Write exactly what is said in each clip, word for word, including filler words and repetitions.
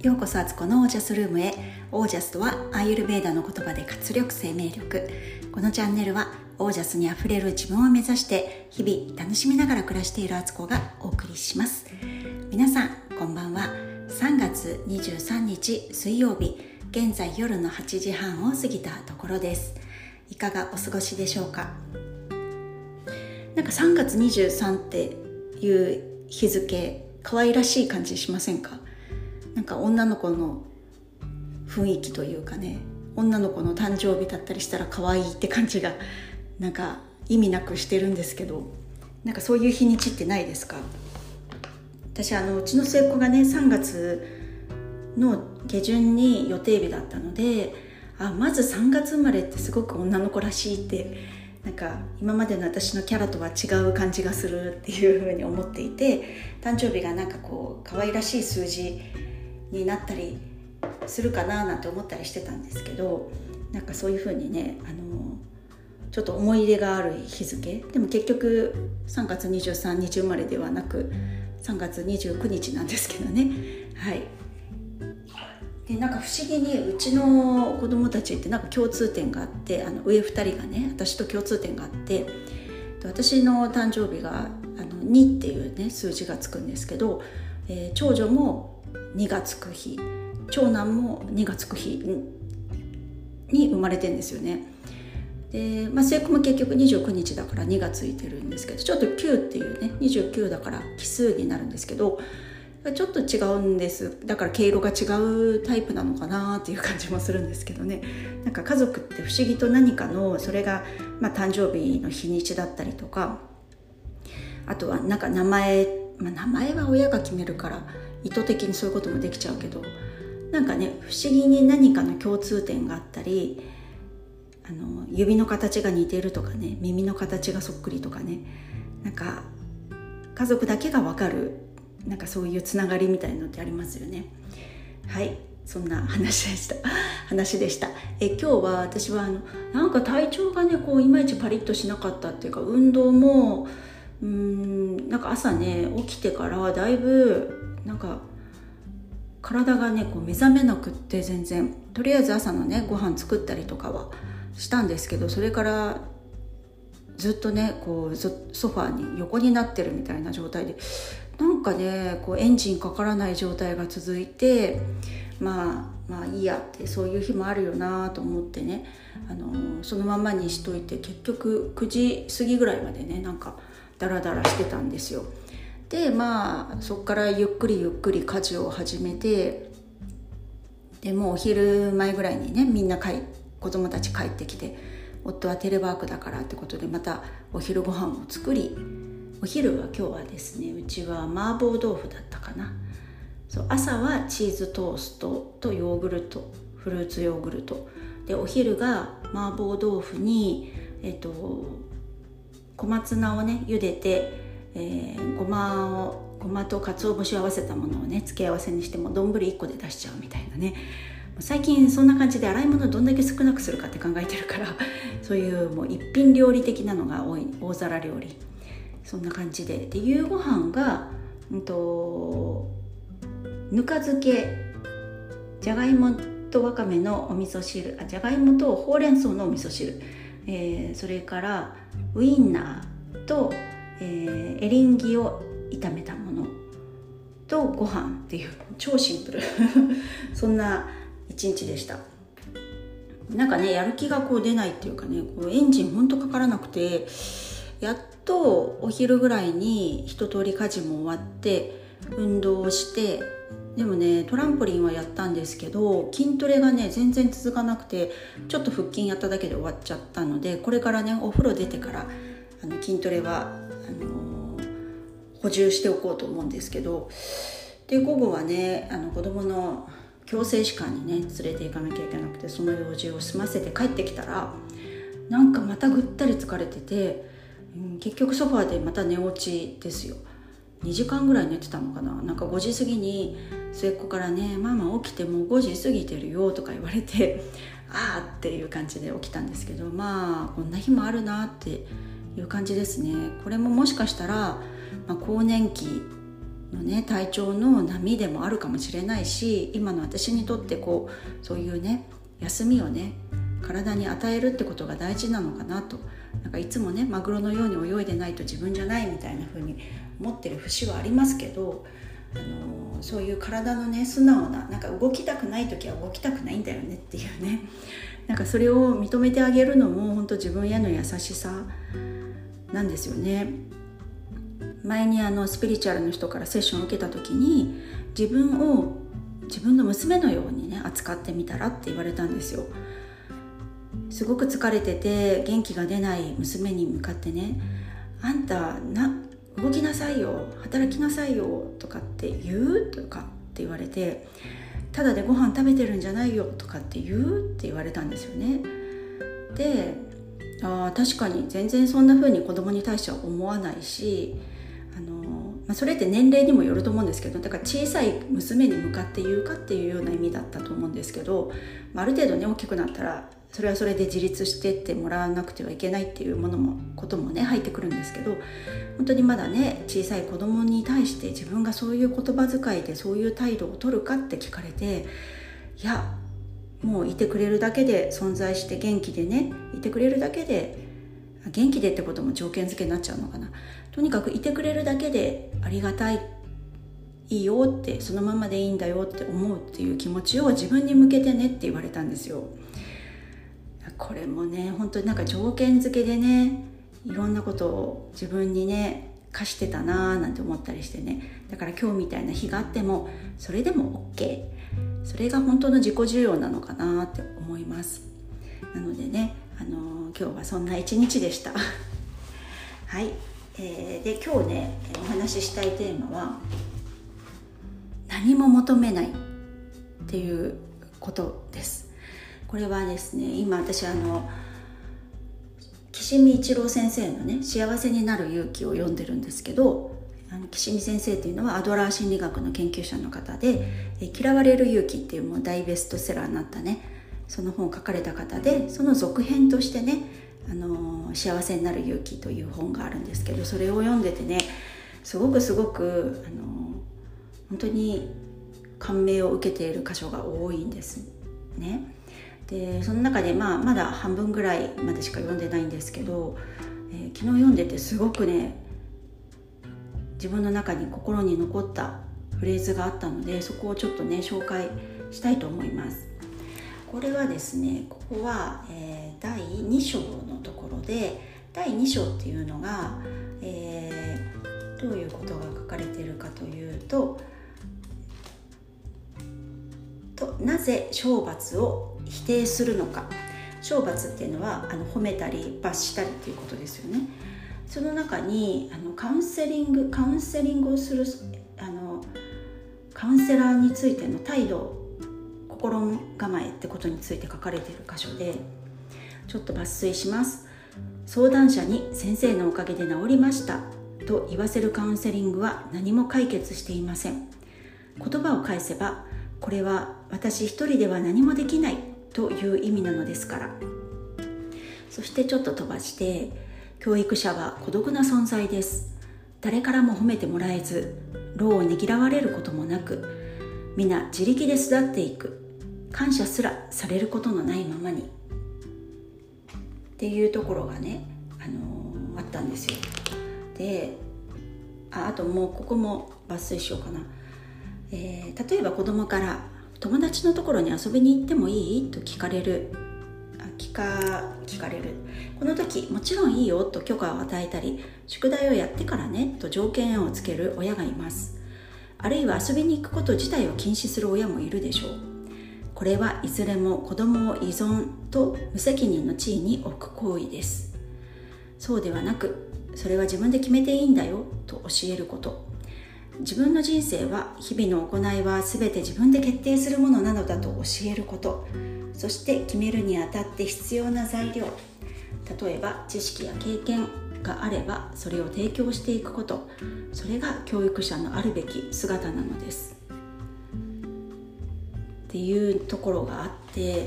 ようこそアツコのオージャスルームへ。オージャスとはアーユルヴェーダの言葉で活力、生命力。このチャンネルはオージャスにあふれる自分を目指して日々楽しみながら暮らしているアツコがお送りします。皆さんこんばんは。さんがつにじゅうさんにち水曜日、現在夜のはちじはんを過ぎたところです。いかがお過ごしでしょうか。なんかさんがつにじゅうさんっていう日付、可愛らしい感じしませんか？なんか女の子の雰囲気というかね、女の子の誕生日だったりしたら可愛いって感じがなんか意味なくしてるんですけど、なんかそういう日にちってないですか？私あのうちの末っ子がねさんがつの下旬に予定日だったので、あまずさんがつ生まれってすごく女の子らしいって、なんか今までの私のキャラとは違う感じがするっていうふうに思っていて、誕生日がなんかこう可愛らしい数字になったりするかななんて思ったりしてたんですけど、なんかそういう風にね、あのちょっと思い入れがある日付でも結局さんがつにじゅうさんにち生まれではなくさんがつにじゅうくにちなんですけどね。はい。でなんか不思議にうちの子供たちってなんか共通点があって、あの上ふたりがね私と共通点があって、私の誕生日があのにっていうね数字がつくんですけど、えー、長女もにがつく日、長男もにがつく日に生まれてるんですよね。で、まあ、末っ子も結局にじゅうくにちだからにがついてるんですけど、ちょっときゅうっていうねにじゅうきゅうだから奇数になるんですけど、ちょっと違うんです。だから毛色が違うタイプなのかなっていう感じもするんですけどね。なんか家族って不思議と何かのそれが、まあ、誕生日の日にちだったりとか、あとはなんか名前、まあ、名前は親が決めるから意図的にそういうこともできちゃうけど、なんかね不思議に何かの共通点があったり、あの指の形が似ているとかね、耳の形がそっくりとかね、なんか家族だけが分かるなんかそういうつながりみたいなのってありますよね。はい、そんな話でした話でしたえ今日は私はあのなんか体調がねこういまいちパリッとしなかったっていうか、運動もうーんなんか朝ね起きてからだいぶなんか体がねこう目覚めなくって、全然とりあえず朝のねご飯作ったりとかはしたんですけど、それからずっとねこうソファーに横になってるみたいな状態で、なんかねこうエンジンかからない状態が続いて、まあまあいいやって、そういう日もあるよなと思ってね、あのそのままにしといて、結局くじ過ぎぐらいまでねなんかダラダラしてたんですよ。でまあそこからゆっくりゆっくり家事を始めて、でもうお昼前ぐらいにねみんな帰子供たち帰ってきて、夫はテレワークだからってことでまたお昼ご飯を作り、お昼は今日はですね、うちは麻婆豆腐だったかな。そう朝はチーズトーストとヨーグルト、フルーツヨーグルトで、お昼が麻婆豆腐にえっと小松菜をね茹でて、えー、ごまをごまと鰹節を合わせたものをね付け合わせにしても丼いっこで出しちゃうみたいなね。最近そんな感じで洗い物をどんだけ少なくするかって考えてるから、そういうもう一品料理的なのが多い、大皿料理、そんな感じで、で夕ご飯が、うんと、ぬか漬け、じゃがいもとわかめのお味噌汁、あじゃがいもとほうれん草のお味噌汁、えー、それからウインナーと、えー、エリンギを炒めたものとご飯っていう超シンプルそんな一日でした。なんかねやる気がこう出ないっていうかね、こうエンジンほんとかからなくて、やっとお昼ぐらいに一通り家事も終わって運動をして、でもねトランポリンはやったんですけど筋トレがね全然続かなくて、ちょっと腹筋やっただけで終わっちゃったので、これからねお風呂出てからあの筋トレはあのー、補充しておこうと思うんですけど、で午後はねあの子供の矯正歯科にね連れて行かなきゃいけなくて、その用事を済ませて帰ってきたらなんかまたぐったり疲れてて、うん、結局ソファーでまた寝落ちですよ。にじかんぐらい寝てたのかな。なんかごじ過ぎに末っ子からねママ起きてもうごじ過ぎてるよとか言われてあーっていう感じで起きたんですけど、まあこんな日もあるなっていう感じですね。これももしかしたら、まあ、更年期のね体調の波でもあるかもしれないし、今の私にとってこうそういうね休みをね体に与えるってことが大事なのかなと、なんかいつもねマグロのように泳いでないと自分じゃないみたいな風に思ってる節はありますけど、あのー、そういう体のね素直な、なんか動きたくない時は動きたくないんだよねっていうね、なんかそれを認めてあげるのも本当自分への優しさなんですよね。前にあのスピリチュアルの人からセッションを受けた時に、自分を自分の娘のようにね扱ってみたらって言われたんですよ。すごく疲れてて元気が出ない娘に向かってね、あんたな動きなさいよ、働きなさいよとかって言うとかって言われて、ただでご飯食べてるんじゃないよとかって言うって言われたんですよね。で、あ確かに全然そんな風に子供に対しては思わないし、あの、まあ、それって年齢にもよると思うんですけど、だから小さい娘に向かって言うかっていうような意味だったと思うんですけど、まあ、ある程度ね大きくなったらそれはそれで自立してってもらわなくてはいけないっていうものもこともね入ってくるんですけど、本当にまだね小さい子供に対して自分がそういう言葉遣いでそういう態度を取るかって聞かれて、いやもういてくれるだけで存在して元気でねいてくれるだけで、元気でってことも条件付けになっちゃうのかな、とにかくいてくれるだけでありがたい、いいよって、そのままでいいんだよって思うっていう気持ちを自分に向けてねって言われたんですよ。これもね本当になんか条件付けでねいろんなことを自分にね課してたなーなんて思ったりしてね、だから今日みたいな日があってもそれでも OK、 それが本当の自己需要なのかなって思います。なのでね、あのー、今日はそんな一日でしたはい、えー、で今日ねお話ししたいテーマは何も求めないっていうことです。これはですね、今私あの岸見一郎先生のね幸せになる勇気を読んでるんですけど、あの岸見先生っていうのはアドラー心理学の研究者の方で、え嫌われる勇気っていうもう大ベストセラーになったねその本を書かれた方で、その続編としてね、あのー、幸せになる勇気という本があるんですけど、それを読んでてねすごくすごく、あのー、本当に感銘を受けている箇所が多いんですね。でその中で、まあ、まだ半分ぐらいまでしか読んでないんですけど、えー、昨日読んでてすごくね自分の中に心に残ったフレーズがあったので、そこをちょっとね紹介したいと思います。これはですね、ここは、えー、だいに章のところで、だいに章っていうのが、えー、どういうことが書かれているかというと、となぜ賞罰を否定するのか。賞罰っていうのはあの褒めたり罰したりっていうことですよね。その中にあのカウンセリングカウンセリングをするあのカウンセラーについての態度、心構えってことについて書かれている箇所で、ちょっと抜粋します。相談者に先生のおかげで治りましたと言わせるカウンセリングは何も解決していません。言葉を返せば、これは私一人では何もできないという意味なのですから。そしてちょっと飛ばして、教育者は孤独な存在です。誰からも褒めてもらえず、労をねぎらわれることもなく、皆自力で巣立っていく。感謝すらされることのないままに。っていうところがね、あのー、あったんですよ。で、あ、あともうここも抜粋しようかな。えー、例えば子供から友達のところに遊びに行ってもいいと聞かれるあ聞か聞かれるこの時、もちろんいいよと許可を与えたり、宿題をやってからねと条件をつける親がいます。あるいは遊びに行くこと自体を禁止する親もいるでしょう。これはいずれも子供を依存と無責任の地位に置く行為です。そうではなく、それは自分で決めていいんだよと教えること。自分の人生は、日々の行いは全て自分で決定するものなのだと教えること。そして決めるにあたって必要な材料、例えば知識や経験があればそれを提供していくこと。それが教育者のあるべき姿なのですっていうところがあって、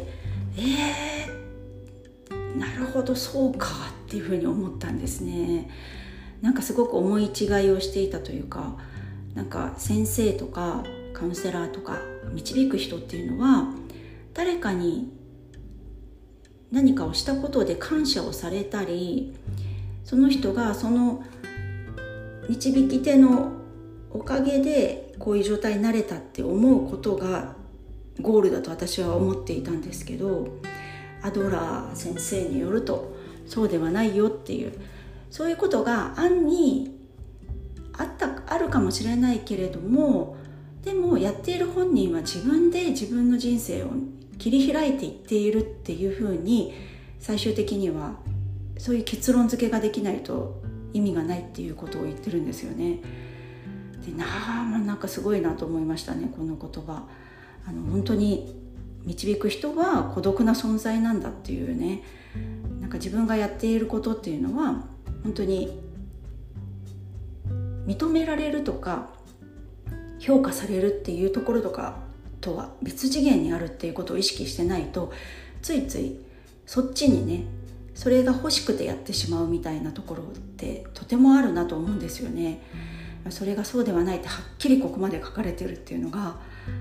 えー、なるほどそうかっていうふうに思ったんですね。なんかすごく思い違いをしていたというか、 なんか先生とかカウンセラーとか導く人っていうのは、誰かに何かをしたことで感謝をされたり、その人がその導き手のおかげでこういう状態になれたって思うことがゴールだと私は思っていたんですけど、アドラー先生によるとそうではないよっていう、そういうことが暗にあったあるかもしれないけれども、でもやっている本人は自分で自分の人生を切り開いていっているっていうふうに、最終的にはそういう結論付けができないと意味がないっていうことを言ってるんですよね。でなあ、なんかすごいなと思いましたね、この言葉。あの本当に導く人は孤独な存在なんだっていうね、なんか自分がやっていることっていうのは本当に認められるとか評価されるっていうところとかとは別次元にあるっていうことを意識してないと、ついついそっちにね、それが欲しくてやってしまうみたいなところってとてもあるなと思うんですよね。それがそうではないってはっきりここまで書かれてるっていうのが、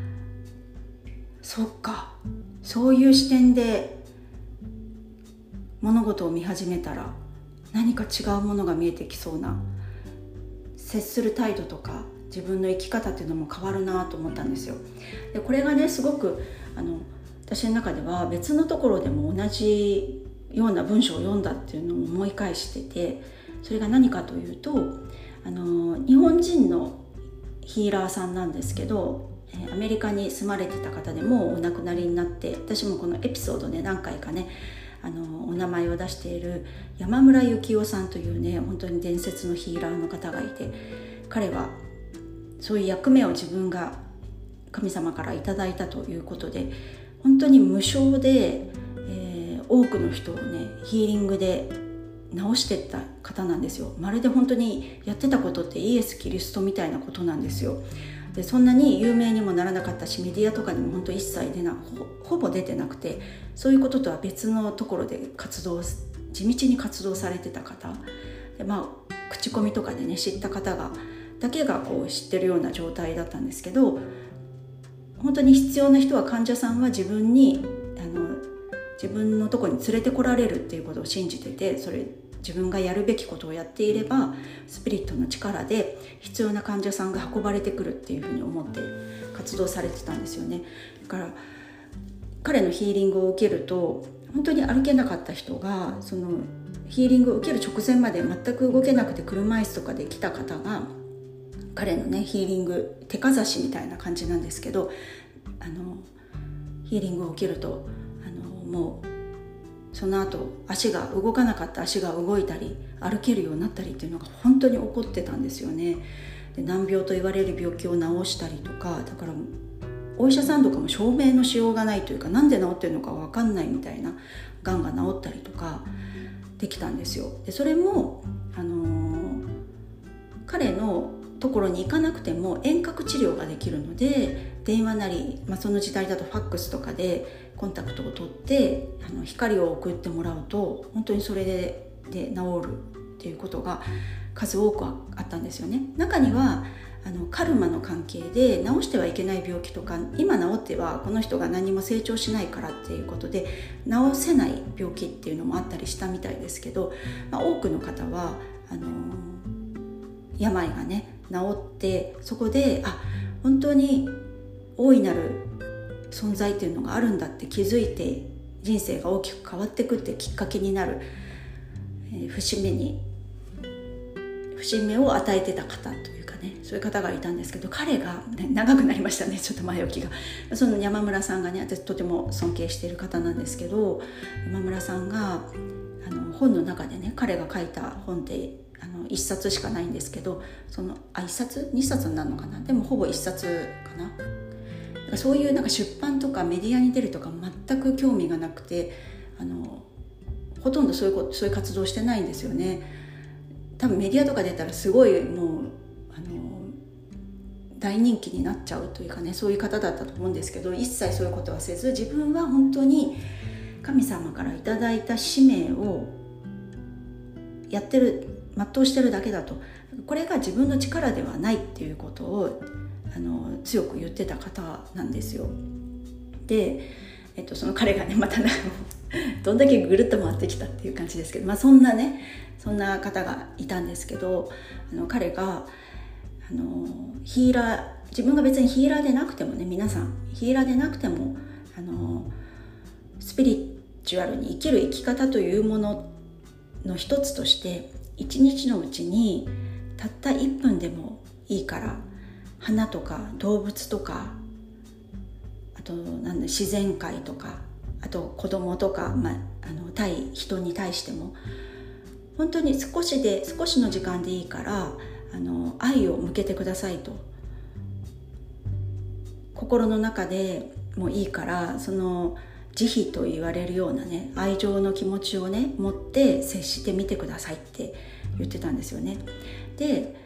そっか、そういう視点で物事を見始めたら何か違うものが見えてきそうな、接する態度とか自分の生き方っていうのも変わるなと思ったんですよ。でこれがね、すごくあの私の中では別のところでも同じような文章を読んだっていうのを思い返してて、それが何かというと、あの日本人のヒーラーさんなんですけど、アメリカに住まれてた方でもうお亡くなりになって、私もこのエピソードで何回かね、あのお名前を出している山村幸夫さんというね、本当に伝説のヒーラーの方がいて、彼はそういう役目を自分が神様からいただいたということで、本当に無償で、えー、多くの人をねヒーリングで治していった方なんですよ。まるで本当にやってたことってイエス・キリストみたいなことなんですよ。でそんなに有名にもならなかったし、メディアとかにも本当一切出な ほ, ほぼ出てなくて、そういうこととは別のところで活動地道に活動されてた方で、まあ口コミとかでね知った方がだけがこう知ってるような状態だったんですけど、本当に必要な人は、患者さんは自分にあの自分のところに連れてこられるっていうことを信じてて、それ自分がやるべきことをやっていればスピリットの力で必要な患者さんが運ばれてくるっていうふうに思って活動されてたんですよね。だから彼のヒーリングを受けると、本当に歩けなかった人がそのヒーリングを受ける直前まで全く動けなくて車椅子とかで来た方が、彼のねヒーリング手かざしみたいな感じなんですけど、あのヒーリングを受けるとあのもうその後足が動かなかった足が動いたり歩けるようになったりっていうのが本当に起こってたんですよね。で難病と言われる病気を治したりとか、だからお医者さんとかも証明のしようがないというか、なんで治ってるのか分かんないみたいな、がんが治ったりとかできたんですよ。でそれも、あのー、彼のところに行かなくても遠隔治療ができるので、電話なり、まあ、その時代だとファックスとかでコンタクトを取ってあの光を送ってもらうと、本当にそれで、で治るっていうことが数多くあったんですよね。中にはあのカルマの関係で治してはいけない病気とか、今治ってはこの人が何も成長しないからっていうことで治せない病気っていうのもあったりしたみたいですけど、まあ、多くの方はあの病がね治って、そこであ本当に大いなる存在っていうのがあるんだって気づいて、人生が大きく変わっていくってきっかけになる、えー、節目に節目を与えてた方というかね、そういう方がいたんですけど、彼が、ね、長くなりましたね、ちょっと前置きが。その山村さんがね、私とても尊敬している方なんですけど、山村さんがあの本の中でね、彼が書いた本であのいっさつしかないんですけど、そのあいっさつにさつになるのかな、でもほぼいっさつかな。そういうなんか出版とかメディアに出るとか全く興味がなくて、あのほとんどそういうこと、そういう活動してないんですよね。多分メディアとか出たらすごいもうあの大人気になっちゃうというかね、そういう方だったと思うんですけど、一切そういうことはせず、自分は本当に神様からいただいた使命をやってる全うしてるだけだと、これが自分の力ではないっていうことをあの強く言ってた方なんですよ。で、えっと、その彼がねまたどんだけぐるっと回ってきたっていう感じですけど、まあ、そんなねそんな方がいたんですけど、あの彼があのヒーラー、自分が別にヒーラーでなくてもね、皆さんヒーラーでなくてもあのスピリチュアルに生きる生き方というものの一つとして、一日のうちにたったいっぷんでもいいから花とか動物とか、あとなんだ自然界とか、あと子供とか、まあ、あの対人に対しても本当に少しで少しの時間でいいからあの愛を向けてくださいと。心の中でもいいからその慈悲と言われるようなね愛情の気持ちをね持って接してみてくださいって言ってたんですよね。で、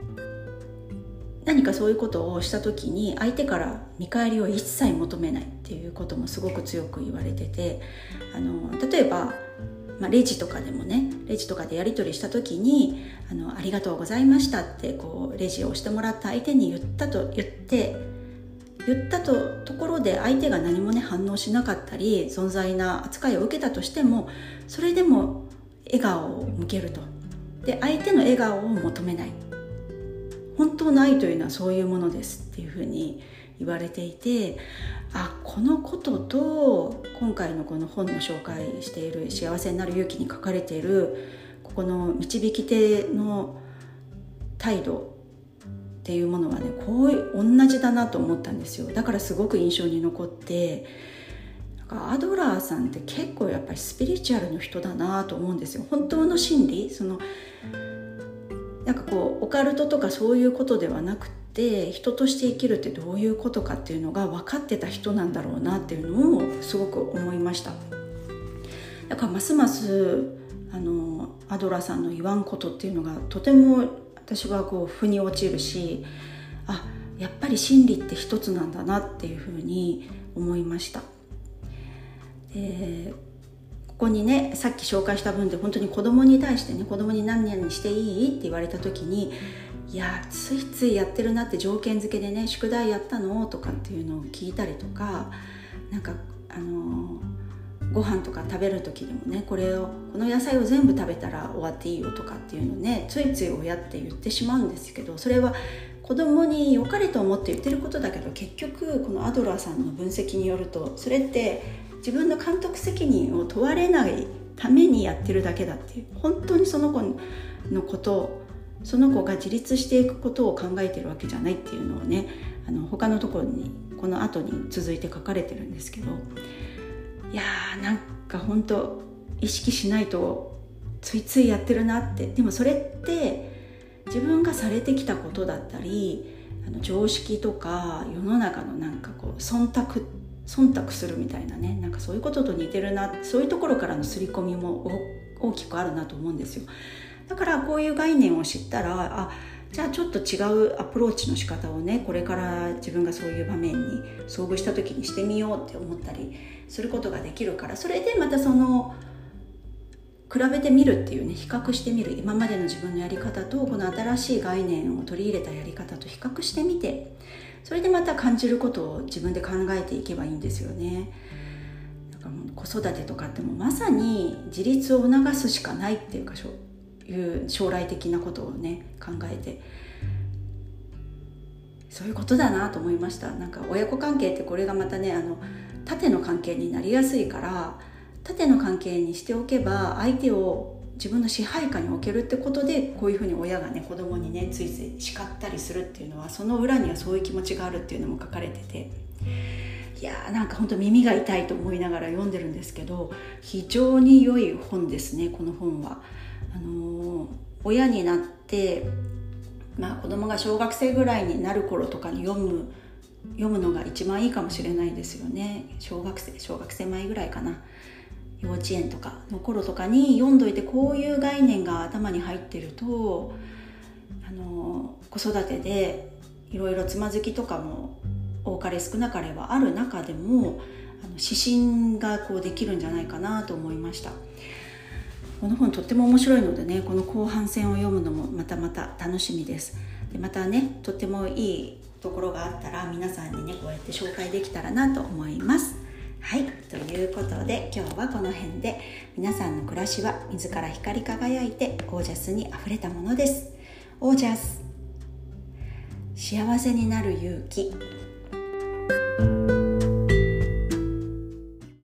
何かそういうことをした時に相手から見返りを一切求めないっていうこともすごく強く言われてて、あの例えば、まあ、レジとかでもねレジとかでやり取りした時にあのありがとうございましたってこうレジを押してもらった相手に言ったと言って言ったとところで相手が何もね反応しなかったり存在な扱いを受けたとしても、それでも笑顔を向けると。で、相手の笑顔を求めない。本当の愛というのはそういうものですっていうふうに言われていて、あ、このことと今回のこの本の紹介している幸せになる勇気に書かれているここの導き手の態度っていうものはね、こういう同じだなと思ったんですよ。だからすごく印象に残って、なんかアドラーさんって結構やっぱりスピリチュアルの人だなと思うんですよ。本当の真理、そのなんかこうオカルトとかそういうことではなくて、人として生きるってどういうことかっていうのが分かってた人なんだろうなっていうのをすごく思いました。だからますますあのアドラーさんの言わんことっていうのがとても私はこう腑に落ちるし、あ、やっぱり真理って一つなんだなっていうふうに思いました。で、ここにねさっき紹介した文で本当に子供に対してね、子供に何々していいって言われた時に、いやついついやってるなって条件付けでね、宿題やったのとかっていうのを聞いたりとか、なんかあのご飯とか食べる時でもね、これをこの野菜を全部食べたら終わっていいよとかっていうのね、ついつい親って言ってしまうんですけど、それは子供に良かれと思って言ってることだけど、結局このアドラーさんの分析によると、それって自分の監督責任を問われないためにやってるだけだっていう、本当にその子のことを、その子が自立していくことを考えてるわけじゃないっていうのをね、あの他のところにこの後に続いて書かれてるんですけど、いやーなんか本当意識しないとついついやってるなって。でもそれって自分がされてきたことだったり、あの常識とか世の中のなんかこう忖度忖度するみたいなね、なんかそういうことと似てるな、そういうところからの刷り込みも大きくあるなと思うんですよ。だからこういう概念を知ったら、あ、じゃあちょっと違うアプローチの仕方をね、これから自分がそういう場面に遭遇した時にしてみようって思ったりすることができるから、それでまたその比べてみるっていうね、比較してみる、今までの自分のやり方とこの新しい概念を取り入れたやり方と比較してみて、それでまた感じることを自分で考えていけばいいんですよね。なんかもう子育てとかってもまさに自立を促すしかないっていうか、いう将来的なことをね考えて、そういうことだなと思いました。なんか親子関係ってこれがまたね、あの縦の関係になりやすいから、縦の関係にしておけば相手を自分の支配下に置けるってことで、こういうふうに親がね子供にねついつい叱ったりするっていうのは、その裏にはそういう気持ちがあるっていうのも書かれてて、いやーなんか本当耳が痛いと思いながら読んでるんですけど、非常に良い本ですね、この本は。あのー、親になって、まあ、子供が小学生ぐらいになる頃とかに読む読むのが一番いいかもしれないですよね。小学生小学生前ぐらいかな、幼稚園とかの頃とかに読んどいて、こういう概念が頭に入ってると、あのー、子育てでいろいろつまずきとかも多かれ少なかれはある中でも、あの指針がこうできるんじゃないかなと思いました。 この本とっても面白いのでね、この後半戦を読むのもまたまた楽しみです。でまたね、とってもいいところがあったら皆さんにねこうやって紹介できたらなと思います。はい、ということで今日はこの辺で、皆さんの暮らしは自ら光り輝いてオージャスにあふれたものです。オージャス、幸せになる勇気。